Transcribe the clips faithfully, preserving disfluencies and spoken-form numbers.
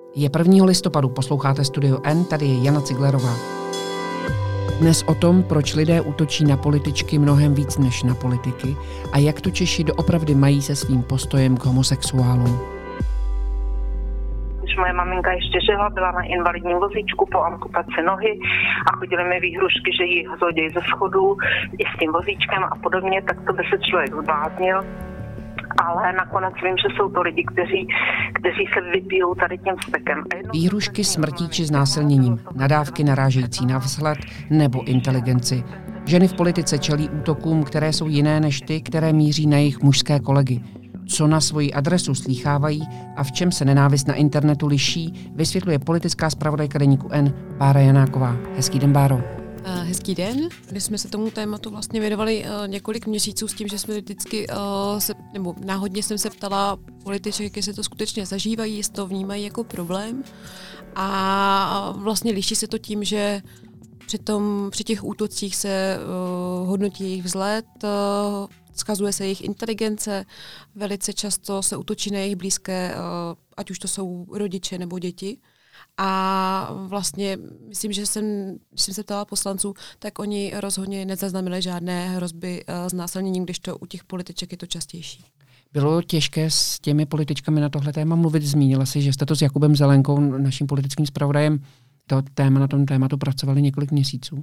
Je prvního listopadu, posloucháte Studio N, tady je Jana Ciglerová. Dnes o tom, proč lidé útočí na političky mnohem víc než na politiky a jak to Češi doopravdy mají se svým postojem k homosexuálům. Když moje maminka ještě žila, byla na invalidním vozíčku po amputaci nohy a chodily mi výhrušky, že ji zloděj ze schodů i s tím vozíčkem a podobně, tak to by se člověk zbláznil. Ale nakonec vím, že jsou to lidi, kteří, kteří se vybijou tady tím vztekem. Výhrušky smrtí či znásilněním, nadávky narážející na vzhled nebo inteligenci. Ženy v politice čelí útokům, které jsou jiné než ty, které míří na jejich mužské kolegy. Co na svoji adresu slýchávají a v čem se nenávist na internetu liší, vysvětluje politická zpravodajka deníku N Bára Janáková. Hezký den, Báro. Hezký den. My jsme se tomu tématu vlastně věnovali uh, několik měsíců s tím, že jsme vždycky, uh, se, nebo náhodně jsem se ptala političek, jestli to skutečně zažívají, jestli to vnímají jako problém. A vlastně liší se to tím, že při, tom, při těch útocích se uh, hodnotí jejich vzhled, uh, zkazuje se jejich inteligence, velice často se útočí na jejich blízké, uh, ať už to jsou rodiče nebo děti. A vlastně myslím, že jsem, když jsem se ptala poslanců, tak oni rozhodně nezaznamenali žádné hrozby uh, znásilněním, když to u těch političek je to častější. Bylo těžké s těmi političkami na tohle téma mluvit? Zmínila si, že jste to s Jakubem Zelenkou, naším politickým zpravodajem, to téma na tom tématu pracovali několik měsíců?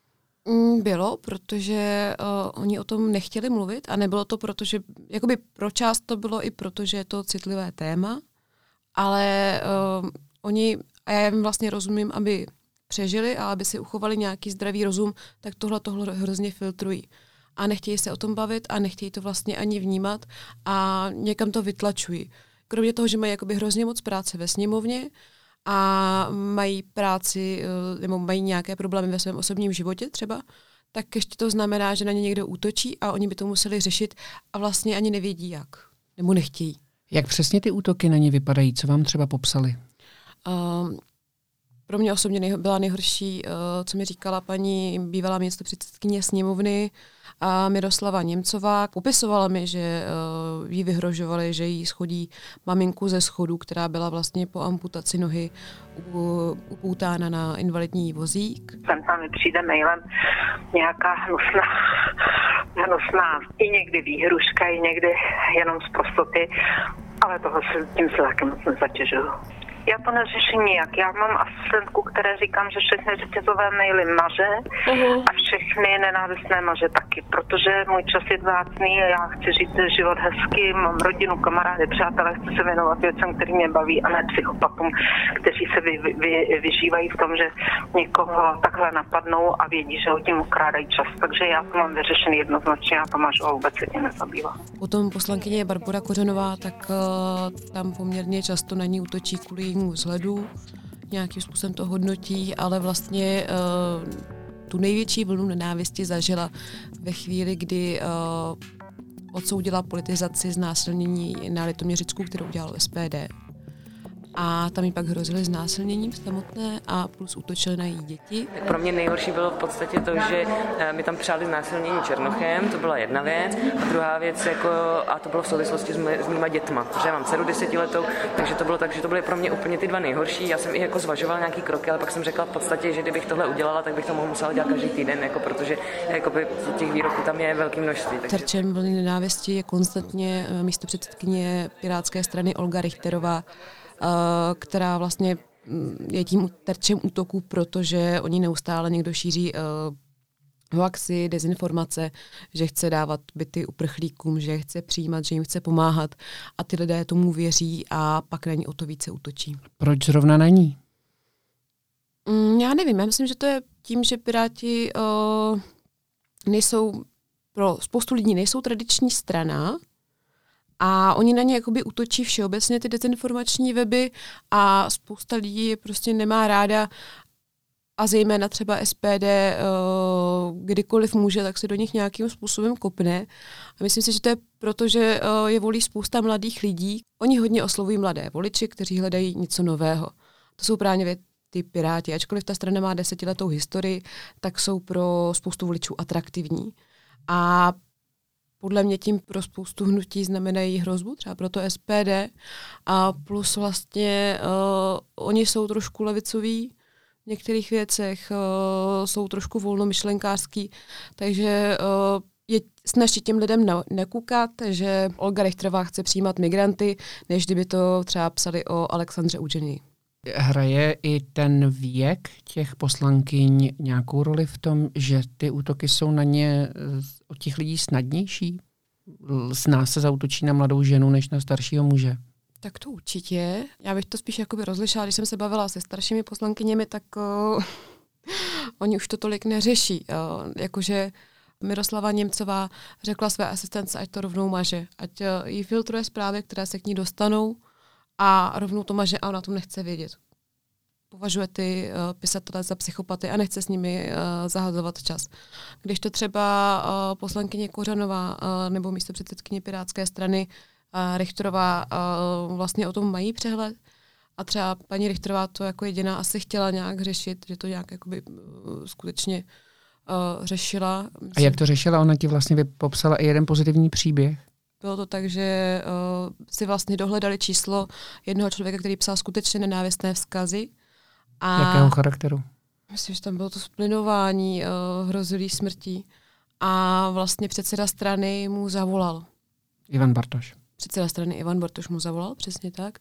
Bylo, protože uh, oni o tom nechtěli mluvit a nebylo to proto, že jakoby pro část to bylo i proto, že je to citlivé téma, ale uh, oni, a já jim vlastně rozumím, aby přežili a aby si uchovali nějaký zdravý rozum, tak tohle tohle hrozně filtrují. A nechtějí se o tom bavit a nechtějí to vlastně ani vnímat a někam to vytlačují. Kromě toho, že mají jakoby hrozně moc práce ve sněmovně a mají práci, nebo mají nějaké problémy ve svém osobním životě třeba, tak ještě to znamená, že na ně někdo útočí a oni by to museli řešit a vlastně ani nevědí jak, nebo nechtějí. Jak přesně ty útoky na ně vypadají? Co vám třeba popsali? Um, pro mě osobně nej, byla nejhorší, uh, co mi říkala paní bývalá místopředsedkyně sněmovny a Miroslava Němcová. Popisovala mi, že uh, jí vyhrožovali, že jí schodí maminku ze schodu, která byla vlastně po amputaci nohy u, upoutána na invalidní vozík. Sem tam mi přijde mailem nějaká hnusná, hnusná i někdy výhruška, i někdy jenom z prostoty, ale toho se, tím se taky moc nezatěžuju. Já to neřeším nijak. Já mám asistentku, které říkám, že všechny řetězové maily maže uh-huh. a všechny nenávistné maže taky, protože můj čas je vzácný a já chci žít život hezky, mám rodinu, kamarády, přátelé, chci se věnovat věcem, který mě baví a ne psychopatům, kteří se vy, vy, vyžívají v tom, že někoho takhle napadnou a vědí, že ho tím ukrádají čas. Takže já to mám vyřešený jednoznačně, já to mažu a vůbec se tím nezabývám. Potom poslankyně Barbora Kořanová, tak uh, tam poměrně často na ní útočí kvůli vzhledu, nějakým způsobem to hodnotí, ale vlastně uh, tu největší vlnu nenávisti zažila ve chvíli, kdy uh, odsoudila politizaci znásilnění na Litoměřicku, kterou udělalo S P D. A tam jí pak hrozili znásilněním samotné a plus útočili na její děti. Pro mě nejhorší bylo v podstatě to, že mi tam přáli znásilnění černochem, to byla jedna věc. A druhá věc, jako, a to bylo v souvislosti s, mý, s mýma dětma, protože já mám dceru desetiletou, takže to bylo tak, že to byly pro mě úplně ty dva nejhorší. Já jsem i jako zvažovala nějaký kroky, ale pak jsem řekla v podstatě, že kdybych tohle udělala, tak bych to musela dělat každý týden, jako, protože jakoby, těch výroků tam je velké množství. Takže... Terčem vlny nenávisti je konstantně místopředsedkyně Pirátské strany Olga Richterová, která vlastně je tím terčem útoků, protože oni neustále někdo šíří uh, hoaxy, dezinformace, že chce dávat byty uprchlíkům, že chce přijímat, že jim chce pomáhat a ty lidé tomu věří a pak na ní o to více útočí. Proč zrovna na ní? Mm, já nevím, já myslím, že to je tím, že Piráti uh, nejsou, pro spoustu lidí nejsou tradiční strana, a oni na ně jakoby útočí všeobecně ty dezinformační weby a spousta lidí je prostě nemá ráda a zejména třeba S P D kdykoliv může, tak se do nich nějakým způsobem kopne. A myslím si, že to je proto, že je volí spousta mladých lidí. Oni hodně oslovují mladé voliči, kteří hledají něco nového. To jsou právě ty Piráti. Ačkoliv ta strana má desetiletou historii, tak jsou pro spoustu voličů atraktivní. A podle mě tím pro spoustu hnutí znamenají hrozbu, třeba pro to S P D. A plus vlastně uh, oni jsou trošku levicoví v některých věcech, uh, jsou trošku volnomyšlenkářský, takže uh, je snaží těm lidem na, nekoukat, že Olga Richterová chce přijímat migranty, než kdyby to třeba psali o Alexandře Udženii. Hraje i ten věk těch poslankyň nějakou roli v tom, že ty útoky jsou na ně od těch lidí snadnější? Z nás se zaútočí na mladou ženu než na staršího muže. Tak to určitě. Já bych to spíš jakoby rozlišila, když jsem se bavila se staršími poslankyněmi, tak uh, oni už to tolik neřeší. Uh, jakože Miroslava Němcová řekla své asistence, ať to rovnou maže. Ať uh, jí filtruje zprávy, které se k ní dostanou a rovnou to maže a ona tom nechce vědět. Považuje ty uh, pisatele za psychopaty a nechce s nimi uh, zahazovat čas. Když to třeba uh, poslankyně Kořanová uh, nebo místopředsedkyně Pirátské strany uh, Richterová uh, vlastně o tom mají přehled a třeba paní Richterová to jako jediná asi chtěla nějak řešit, že to nějak jakoby uh, skutečně uh, řešila. Myslím, a jak to řešila? Ona ti vlastně popsala i jeden pozitivní příběh. Bylo to tak, že uh, si vlastně dohledali číslo jednoho člověka, který psal skutečně nenávistné vzkazy. A jakého charakteru? Myslím, že tam bylo to splinování, uh, hrozilý smrtí. A vlastně předseda strany mu zavolal. Ivan Bartoš. Předseda strany Ivan Bartoš mu zavolal, přesně tak.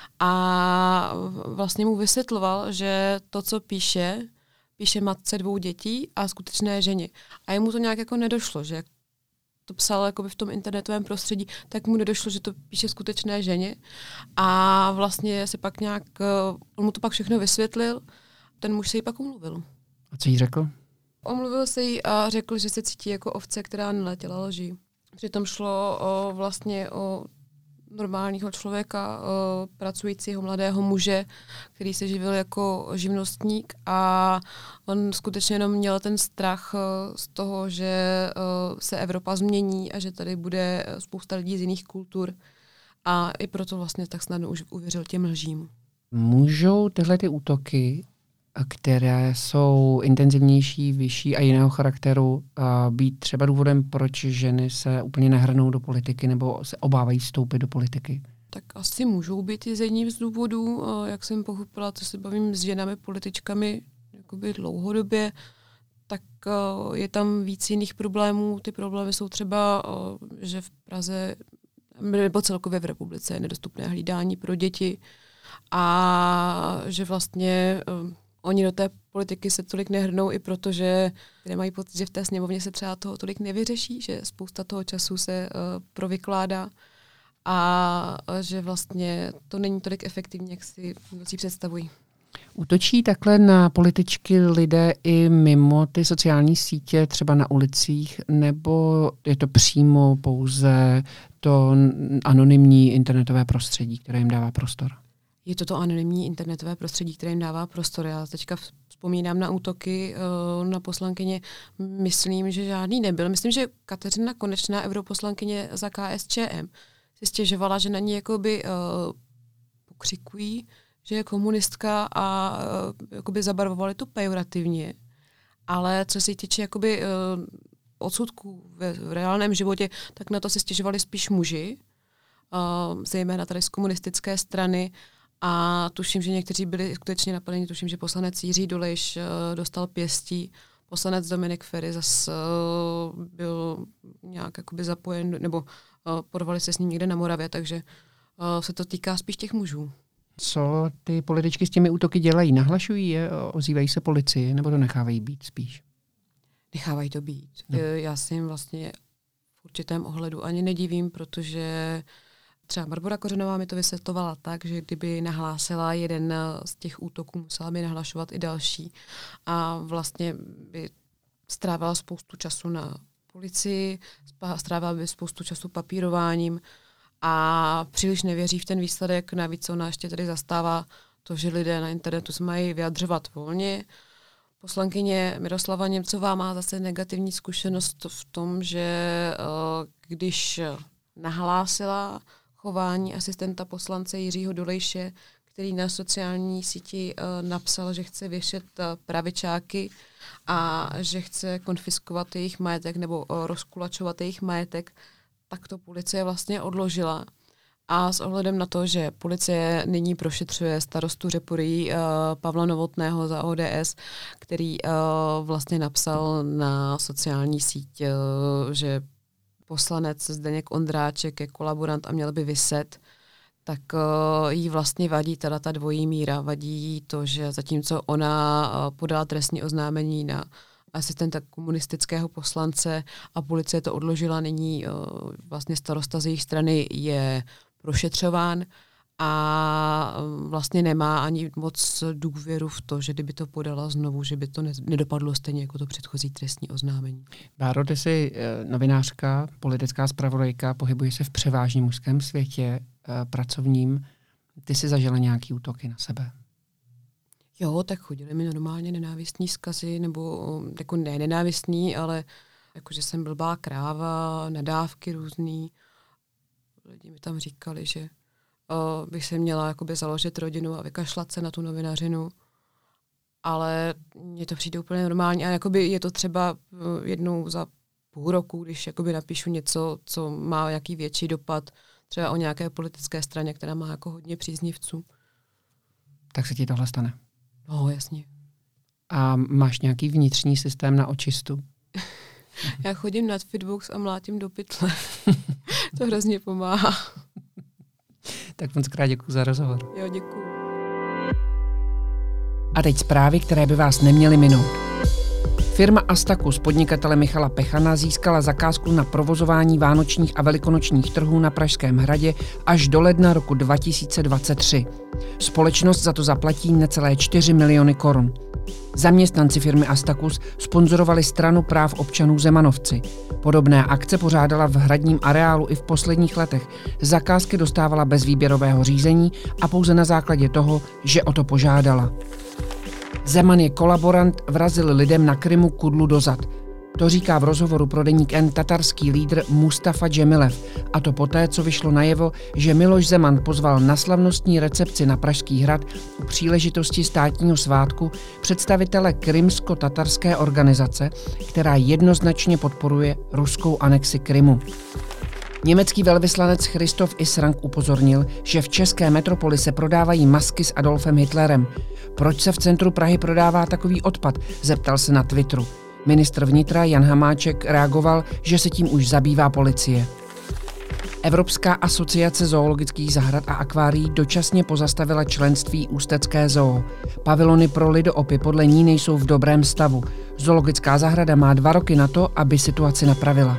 A vlastně mu vysvětloval, že to, co píše, píše matce dvou dětí a skutečné ženě. A jemu to nějak jako nedošlo, že to psal jakoby v tom internetovém prostředí, tak mu nedošlo, že to píše skutečné ženě. A vlastně se pak nějak, on mu to pak všechno vysvětlil, ten muž se jí pak omluvil. A co jí řekl? Omluvil se jí a řekl, že se cítí jako ovce, která neletěla lží. Přitom šlo o, vlastně o normálního člověka, o pracujícího mladého muže, který se živil jako živnostník a on skutečně jenom měl ten strach z toho, že se Evropa změní a že tady bude spousta lidí z jiných kultur a i proto vlastně tak snadno už uvěřil těm lžím. Můžou tyhle ty útoky, které jsou intenzivnější, vyšší a jiného charakteru, být třeba důvodem, proč ženy se úplně nehrnou do politiky nebo se obávají vstoupit do politiky? Tak asi můžou být i z jedním z důvodů, jak jsem pochopila, co se bavím s ženami političkami jakoby dlouhodobě, tak je tam víc jiných problémů. Ty problémy jsou třeba, že v Praze nebo celkově v republice je nedostupné hlídání pro děti a že vlastně oni do té politiky se tolik nehrnou i proto, že nemají pocit, že v té sněmovně se třeba toho tolik nevyřeší, že spousta toho času se uh, provykládá a uh, že vlastně to není tolik efektivní, jak si mnozí představují. Útočí takhle na političky lidé i mimo ty sociální sítě, třeba na ulicích, nebo je to přímo pouze to anonymní internetové prostředí, které jim dává prostor? Je to to anonymní internetové prostředí, které jim dává prostor. Já teďka vzpomínám na útoky uh, na poslankyně. Myslím, že žádný nebyl. Myslím, že Kateřina Konečná, europoslankyně za K S Č M, si stěžovala, že na ní jakoby uh, pokřikují, že je komunistka a uh, jakoby zabarvovali to pejorativně. Ale co se týče jakoby uh, odsudků ve, v reálném životě, tak na to se stěžovali spíš muži, uh, zejména tady z komunistické strany. A tuším, že někteří byli skutečně napadeni, tuším, že poslanec Jiří Dolejš uh, dostal pěstí, poslanec Dominik Feri zase uh, byl nějak jakoby zapojen, nebo uh, porvali se s ním někde na Moravě, takže uh, se to týká spíš těch mužů. Co ty političky s těmi útoky dělají? Nahlašují je, ozývají se policii, nebo to nechávají být spíš? Nechávají to být. No. Já si jim vlastně v určitém ohledu ani nedivím, protože třeba Barbora Kořenová mi to vysvětlovala tak, že kdyby nahlásila jeden z těch útoků, musela by nahlašovat i další. A vlastně by strávila spoustu času na policii, strávila by spoustu času papírováním a příliš nevěří v ten výsledek. Navíc ona ještě tady zastává to, že lidé na internetu se mají vyjadřovat volně. Poslankyně Miroslava Němcová má zase negativní zkušenost v tom, že když nahlásila chování asistenta poslance Jiřího Dolejše, který na sociální síti uh, napsal, že chce věšet uh, pravičáky a že chce konfiskovat jejich majetek nebo uh, rozkulačovat jejich majetek, tak to policie vlastně odložila. A s ohledem na to, že policie nyní prošetřuje starostu Řeporyjí uh, Pavla Novotného za O D S, který uh, vlastně napsal na sociální síť, uh, že poslanec Zdeněk Ondráček je kolaborant a měl by vyset, tak uh, jí vlastně vadí teda ta dvojí míra. Vadí jí to, že zatímco ona uh, podala trestní oznámení na asistenta komunistického poslance a policie to odložila, nyní uh, vlastně starosta z jejich strany je prošetřován a vlastně nemá ani moc důvěru v to, že kdyby to podala znovu, že by to ne- nedopadlo stejně jako to předchozí trestní oznámení. Báro, ty jsi eh, novinářka, politická zpravodajka, pohybuješ se v převážně mužském světě eh, pracovním. Ty jsi zažila nějaký útoky na sebe? Jo, tak chodili mi normálně nenávistní vzkazy, nebo jako ne nenávistný, ale jako, že jsem blbá kráva, nadávky různý. Lidi mi tam říkali, že uh, bych se měla jakoby založit rodinu a vykašlat se na tu novinařinu. Ale mně to přijde úplně normální. A jakoby je to třeba uh, jednou za půl roku, když jakoby napíšu něco, co má jaký větší dopad, třeba o nějaké politické straně, která má jako hodně příznivců. Tak se ti tohle stane? No, jasně. A máš nějaký vnitřní systém na očistu? Já chodím na Fitbox a mlátím do pytle. To hrozně pomáhá. Tak moc krát děkuji za rozhovor. Jo, děkuji. A teď zprávy, které by vás neměly minout. Firma Astacus podnikatele Michala Pechana získala zakázku na provozování vánočních a velikonočních trhů na Pražském hradě až do ledna roku dva tisíce dvacet tři. Společnost za to zaplatí necelé čtyři miliony korun. Zaměstnanci firmy Astacus sponzorovali stranu práv občanů Zemanovci. Podobné akce pořádala v hradním areálu i v posledních letech. Zakázky dostávala bez výběrového řízení a pouze na základě toho, že o to požádala. Zeman je kolaborant, vrazil lidem na Krymu kudlu do zad. To říká v rozhovoru pro deník N tatarský lídr Mustafa Džemilev. A to poté, co vyšlo najevo, že Miloš Zeman pozval na slavnostní recepci na Pražský hrad u příležitosti státního svátku představitele krymsko-tatarské organizace, která jednoznačně podporuje ruskou anexi Krymu. Německý velvyslanec Christoph Israng upozornil, že v české metropoli se prodávají masky s Adolfem Hitlerem. Proč se v centru Prahy prodává takový odpad? Zeptal se na Twitteru. Ministr vnitra Jan Hamáček reagoval, že se tím už zabývá policie. Evropská asociace zoologických zahrad a akvárií dočasně pozastavila členství Ústecké zoo. Pavilony pro lidoopy podle ní nejsou v dobrém stavu. Zoologická zahrada má dva roky na to, aby situaci napravila.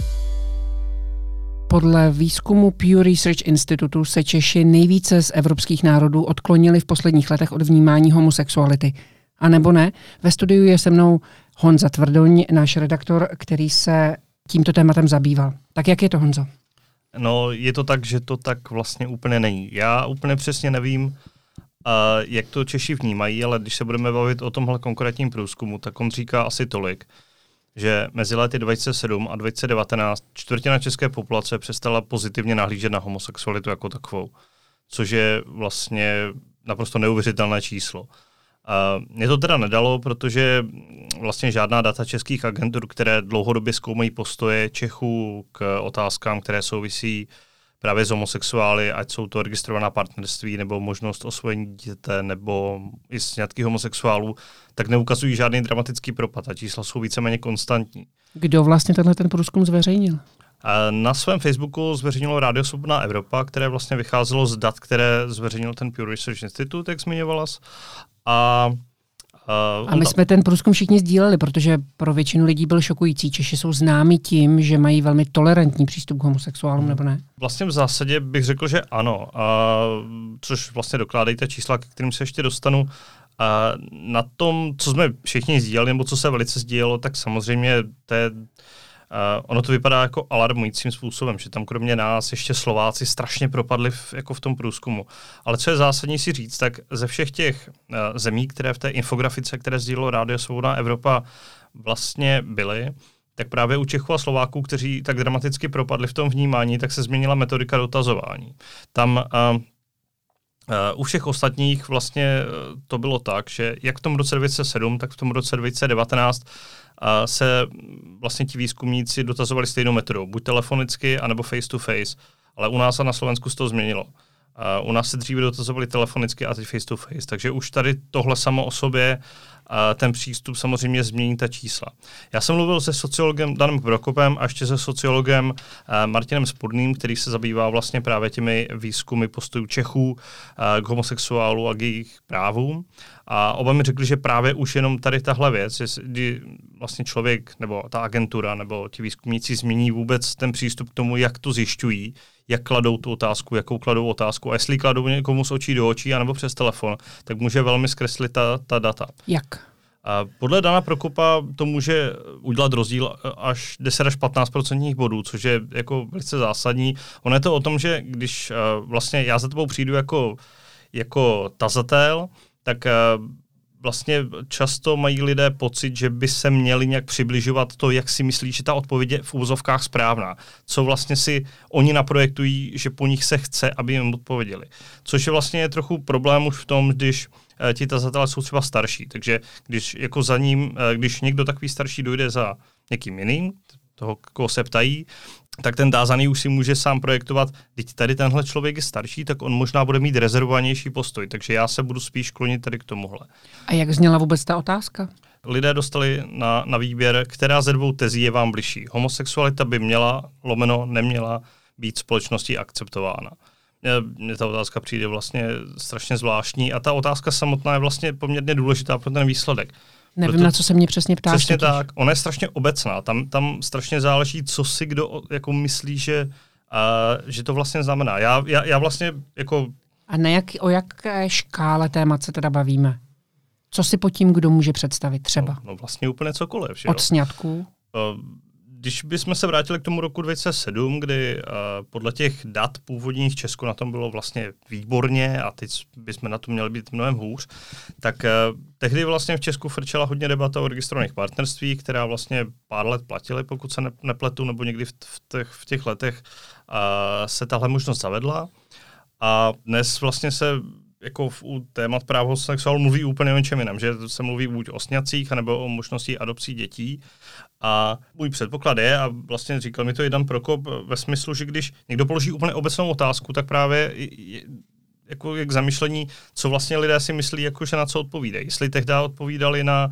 Podle výzkumu Pew Research Institutu se Češi nejvíce z evropských národů odklonili v posledních letech od vnímání homosexuality. A nebo ne? Ve studiu je se mnou Honza Tvrdoň, náš redaktor, který se tímto tématem zabýval. Tak jak je to, Honzo? No, je to tak, že to tak vlastně úplně není. Já úplně přesně nevím, uh, jak to Češi vnímají, ale když se budeme bavit o tomhle konkrétním průzkumu, tak on říká asi tolik, že mezi lety dva tisíce sedm a dva tisíce devatenáct čtvrtina české populace přestala pozitivně nahlížet na homosexualitu jako takovou, což je vlastně naprosto neuvěřitelné číslo. Uh, mě to teda nedalo, protože vlastně žádná data českých agentur, které dlouhodobě zkoumají postoje Čechů k otázkám, které souvisí právě s homosexuály, ať jsou to registrovaná partnerství nebo možnost osvojení dítěte nebo i sňatky homosexuálů, tak neukazují žádný dramatický propad a čísla jsou víceméně konstantní. Kdo vlastně tenhle ten průzkum zveřejnil? Na svém Facebooku zveřejnilo Rádio Svobodná Evropa, které vlastně vycházelo z dat, které zveřejnil ten Pew Research Institute, jak zmiňovala. A, uh, a my jsme ten průzkum všichni sdíleli, protože pro většinu lidí byl šokující. Češi jsou známi tím, že mají velmi tolerantní přístup k homosexuálům, nebo ne? Vlastně v zásadě bych řekl, že ano. A, což vlastně dokládají ta čísla, k kterým se ještě dostanu. A na tom, co jsme všichni sdíleli, nebo co se velice sdílelo, tak samozřejmě to je, Uh, ono to vypadá jako alarmujícím způsobem, že tam kromě nás ještě Slováci strašně propadli v, jako v tom průzkumu. Ale co je zásadní si říct, tak ze všech těch uh, zemí, které v té infografice, které sdílelo Rádio Svobodná Evropa, vlastně byly, tak právě u Čechů a Slováků, kteří tak dramaticky propadli v tom vnímání, tak se změnila metodika dotazování. Tam uh, Uh, u všech ostatních vlastně uh, to bylo tak, že jak v tom roce dva tisíce sedm, tak v tom roce dva tisíce devatenáct a se vlastně ti výzkumníci dotazovali stejnou metodou, buď telefonicky, anebo face to face, ale u nás a na Slovensku se to změnilo. Uh, u nás se dříve dotazovali telefonicky a teď face to face, takže už tady tohle samo o sobě uh, ten přístup samozřejmě změní ta čísla. Já jsem mluvil se sociologem Danem Prokopem a ještě se sociologem uh, Martinem Spurným, který se zabývá vlastně právě těmi výzkumy postojů Čechů uh, k homosexuálu a k jejich právům. A oba mi řekli, že právě už jenom tady tahle věc, kdy vlastně člověk nebo ta agentura nebo ti výzkumníci změní vůbec ten přístup k tomu, jak to zjišťují, jak kladou tu otázku, jakou kladou otázku. A jestli kladou někomu z očí do očí anebo přes telefon, tak může velmi zkreslit ta, ta data. Jak? A podle Dana Prokopa to může udělat rozdíl až deset až patnáct procentních bodů, což je jako velice zásadní. Ono je to o tom, že když vlastně já za tebou přijdu jako, jako tazatel, tak vlastně často mají lidé pocit, že by se měli nějak přibližovat to, jak si myslí, že ta odpověď je v úvozovkách správná. Co vlastně si oni naprojektují, že po nich se chce, aby jim odpověděli. Což je vlastně trochu problém už v tom, když ti tazatelé jsou třeba starší. Takže když jako za ním, když někdo takový starší dojde za někým jiným, toho, koho se ptají, tak ten tázaný už si může sám projektovat, když tady tenhle člověk je starší, tak on možná bude mít rezervovanější postoj, takže já se budu spíš klonit tady k tomuhle. A jak zněla vůbec ta otázka? Lidé dostali na, na výběr, která ze dvou tezí je vám bližší. Homosexualita by měla, lomeno neměla být společností akceptována. Mně ta otázka přijde vlastně strašně zvláštní a ta otázka samotná je vlastně poměrně důležitá pro ten výsledek. Nevím, Proto, na co se mě přesně ptáš. Přesně totiž. tak. Ona je strašně obecná. Tam, tam strašně záleží, co si kdo jako myslí, že, uh, že to vlastně znamená. Já, já, já vlastně jako... A na jak, o jaké škále témat se teda bavíme? Co si pod tím kdo může představit třeba? No, no vlastně úplně cokoliv. Že Od sňatků? Uh, Když bychom se vrátili k tomu roku dva tisíce sedm, kdy uh, podle těch dat původních Česku na tom bylo vlastně výborně a teď bychom na tom měli být mnohem hůř, tak uh, tehdy vlastně v Česku frčela hodně debata o registrovaných partnerstvích, která vlastně pár let platily, pokud se ne, nepletu, nebo někdy v, v, těch, v těch letech uh, se tahle možnost zavedla. A dnes vlastně se jako v, u témat práv homosexuálů mluví úplně o něčem jiném, že se mluví buď o sňatcích, anebo o možnosti adopcí dětí. A můj předpoklad je, a vlastně říkal mi to i Dan Prokop, ve smyslu, že když někdo položí úplně obecnou otázku, tak právě je, jako je k zamyšlení, co vlastně lidé si myslí, jako že na co odpovídají. Jestli tehdy odpovídali na,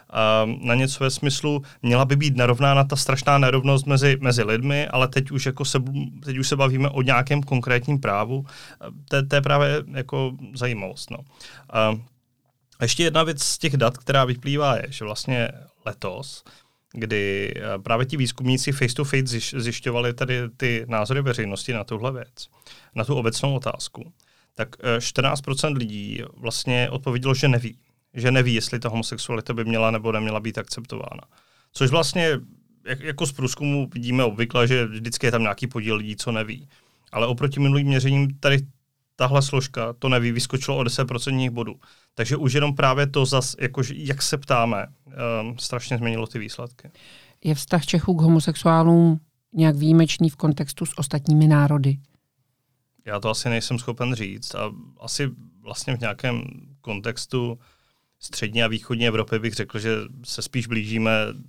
na něco ve smyslu, měla by být narovnána ta strašná nerovnost mezi, mezi lidmi, ale teď už, jako se, teď už se bavíme o nějakém konkrétním právu. To, to je právě jako zajímavost. No. A ještě jedna věc z těch dat, která vyplývá, je, že vlastně letos, kdy právě ti výzkumníci face to face zjišťovali tady ty názory veřejnosti na tuhle věc, na tu obecnou otázku, tak čtrnáct procent lidí vlastně odpovědělo, že neví. Že neví, jestli ta homosexualita by měla nebo neměla být akceptována. Což vlastně, jak, jako z průzkumu vidíme obvykle, že vždycky je tam nějaký podíl lidí, co neví. Ale oproti minulým měřením tady tahle složka, to neví, vyskočilo o deset procentních bodů. Takže už jenom právě to zas, jakože, jak se ptáme, um, strašně změnilo ty výsledky. Je vztah Čechů k homosexuálům nějak výjimečný v kontextu s ostatními národy? Já to asi nejsem schopen říct. A asi vlastně v nějakém kontextu střední a východní Evropy bych řekl, že se spíš blížíme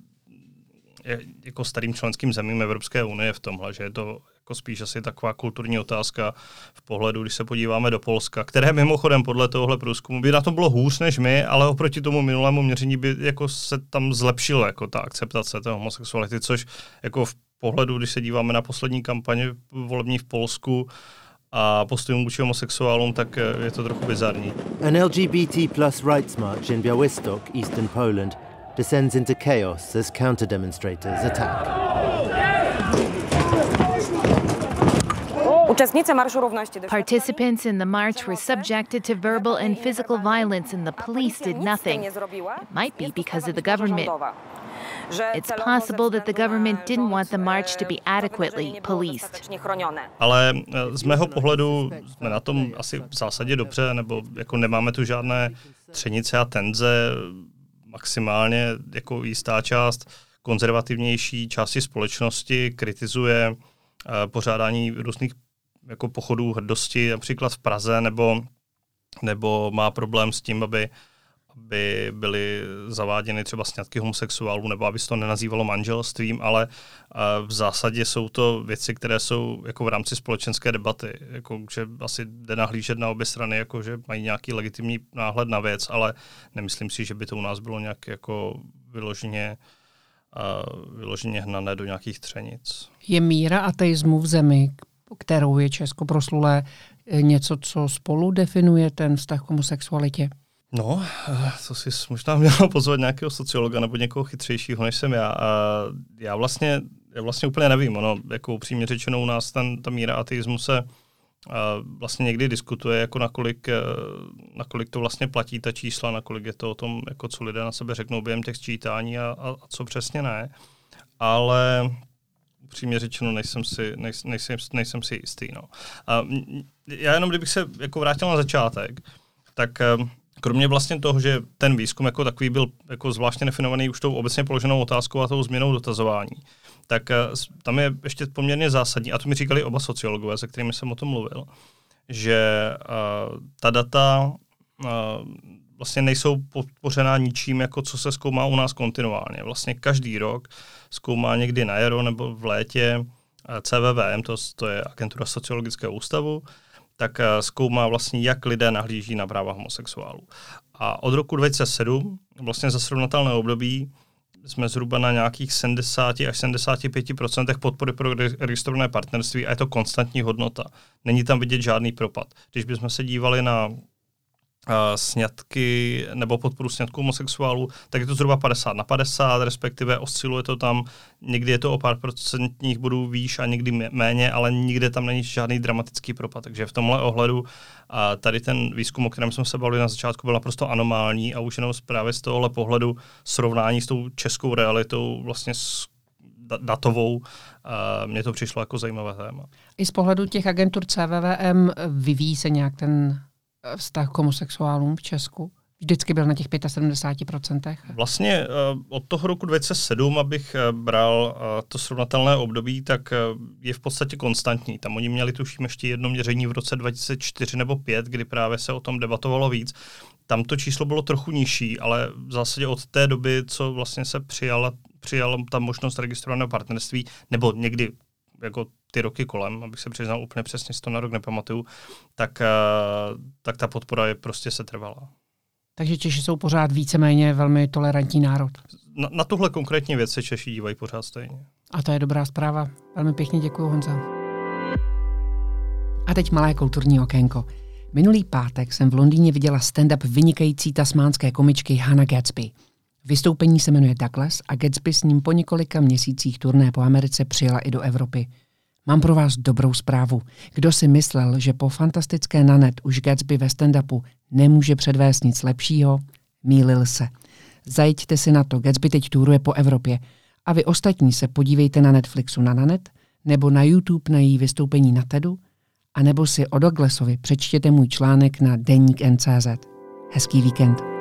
jako starým členským zemím Evropské unie v tomhle, že je to jako spíš asi taková kulturní otázka v pohledu, když se podíváme do Polska, které mimochodem podle tohohle průzkumu by na to bylo hůř než my, ale oproti tomu minulému měření by jako se tam zlepšila jako ta akceptace té homosexuality, což jako v pohledu, když se díváme na poslední kampaně volební v Polsku a postojům vůči homosexuálům, tak je to trochu bizarní. An L G B T plus rights march in Białystok, eastern Poland, descends into chaos as counter-demonstrators attack. Participants in the march were subjected to verbal and physical violence and the police did nothing. It might be because of the government. It's possible that the government didn't want the march to be adequately policed. Ale z mého pohledu jsme na tom asi v zásadě dobře, nebo jako nemáme tu žádné třenice a tenze, maximálně jako jistá část konzervativnější části společnosti kritizuje uh, pořádání různých jako pochodů hrdosti, například v Praze, nebo, nebo má problém s tím, aby aby byly zaváděny třeba sňatky homosexuálů, nebo aby se to nenazývalo manželstvím, ale v zásadě jsou to věci, které jsou jako v rámci společenské debaty, jako, že asi jde nahlížet na obě strany, jako, že mají nějaký legitimní náhled na věc, ale nemyslím si, že by to u nás bylo nějak jako vyloženě, uh, vyloženě hnané do nějakých třenic. Je míra ateismu v zemi, kterou je Česko proslulé, něco, co spolu definuje ten vztah k homosexualitě? No, to si možná měl pozvat nějakého sociologa nebo někoho chytřejšího, než jsem já. A já vlastně, já vlastně úplně nevím. Ono, jako upřímně řečeno, u nás ten, ta míra ateismu se vlastně někdy diskutuje, jako nakolik, nakolik to vlastně platí ta čísla, nakolik je to o tom, jako co lidé na sebe řeknou během těch sčítání a, a, a co přesně ne. Ale upřímně řečeno, nejsem si, nejsem, nejsem, nejsem si jistý. No. A já jenom, kdybych se jako vrátil na začátek, tak kromě vlastně toho, že ten výzkum jako takový byl jako zvláštně definovaný už tou obecně položenou otázkou a tou změnou dotazování, tak tam je ještě poměrně zásadní, a to mi říkali oba sociologové, se kterými jsem o tom mluvil, že uh, ta data uh, vlastně nejsou podpořená ničím, jako co se zkoumá u nás kontinuálně. Vlastně každý rok zkoumá někdy na jaro nebo v létě C V V M, to, to je Agentura sociologického ústavu, tak zkoumá vlastně, jak lidé nahlíží na práva homosexuálů. A od roku dva tisíce sedm, vlastně za srovnatelné období, jsme zhruba na nějakých sedmdesát až sedmdesát pět procent podpory pro registrované partnerství a je to konstantní hodnota. Není tam vidět žádný propad. Když bychom se dívali na uh, sňatky nebo podporu sňatků homosexuálů, tak je to zhruba padesát na padesát, respektive osciluje to tam, někdy je to o pár procentních bodů výš a někdy méně, ale nikde tam není žádný dramatický propad. Takže v tomhle ohledu uh, tady ten výzkum, o kterém jsme se bavili na začátku, byl naprosto anomální a už jenom právě z tohohle pohledu srovnání s tou českou realitou vlastně s datovou, uh, mně to přišlo jako zajímavé téma. I z pohledu těch agentur C V V M vyvíjí se nějak ten vztah k homosexuálům v Česku? Vždycky byl na těch sedmdesát pět procent? Vlastně uh, od toho roku dva tisíce sedm, abych uh, bral uh, to srovnatelné období, tak uh, je v podstatě konstantní. Tam oni měli tuším ještě jedno měření v roce dva tisíce čtyři nebo pět, kdy právě se o tom debatovalo víc. Tam to číslo bylo trochu nižší, ale v zásadě od té doby, co vlastně se přijala, přijala ta možnost registrovaného partnerství, nebo někdy jako ty roky kolem, abych se přiznal úplně přesně, si to na rok nepamatuju, tak, uh, tak ta podpora je prostě setrvalá. Takže Češi jsou pořád víceméně velmi tolerantní národ. Na, na tuhle konkrétní věc se Češi dívají pořád stejně. A to je dobrá zpráva. Velmi pěkně děkuji, Honza. A teď malé kulturní okénko. Minulý pátek jsem v Londýně viděla stand-up vynikající tasmánské komičky Hannah Gadsby. Vystoupení se jmenuje Douglas a Gadsby s ním po několika měsících turné po Americe přijela i do Evropy. Mám pro vás dobrou zprávu. Kdo si myslel, že po fantastické Nanette už Gadsby ve stand-upu nemůže předvést nic lepšího, mýlil se. Zajďte si na to, Gadsby teď touruje po Evropě. A vy ostatní se podívejte na Netflixu na Nanette, nebo na YouTube na její vystoupení na TEDu, a nebo si o Douglasovi přečtěte můj článek na deník tečka cé zet. Hezký víkend.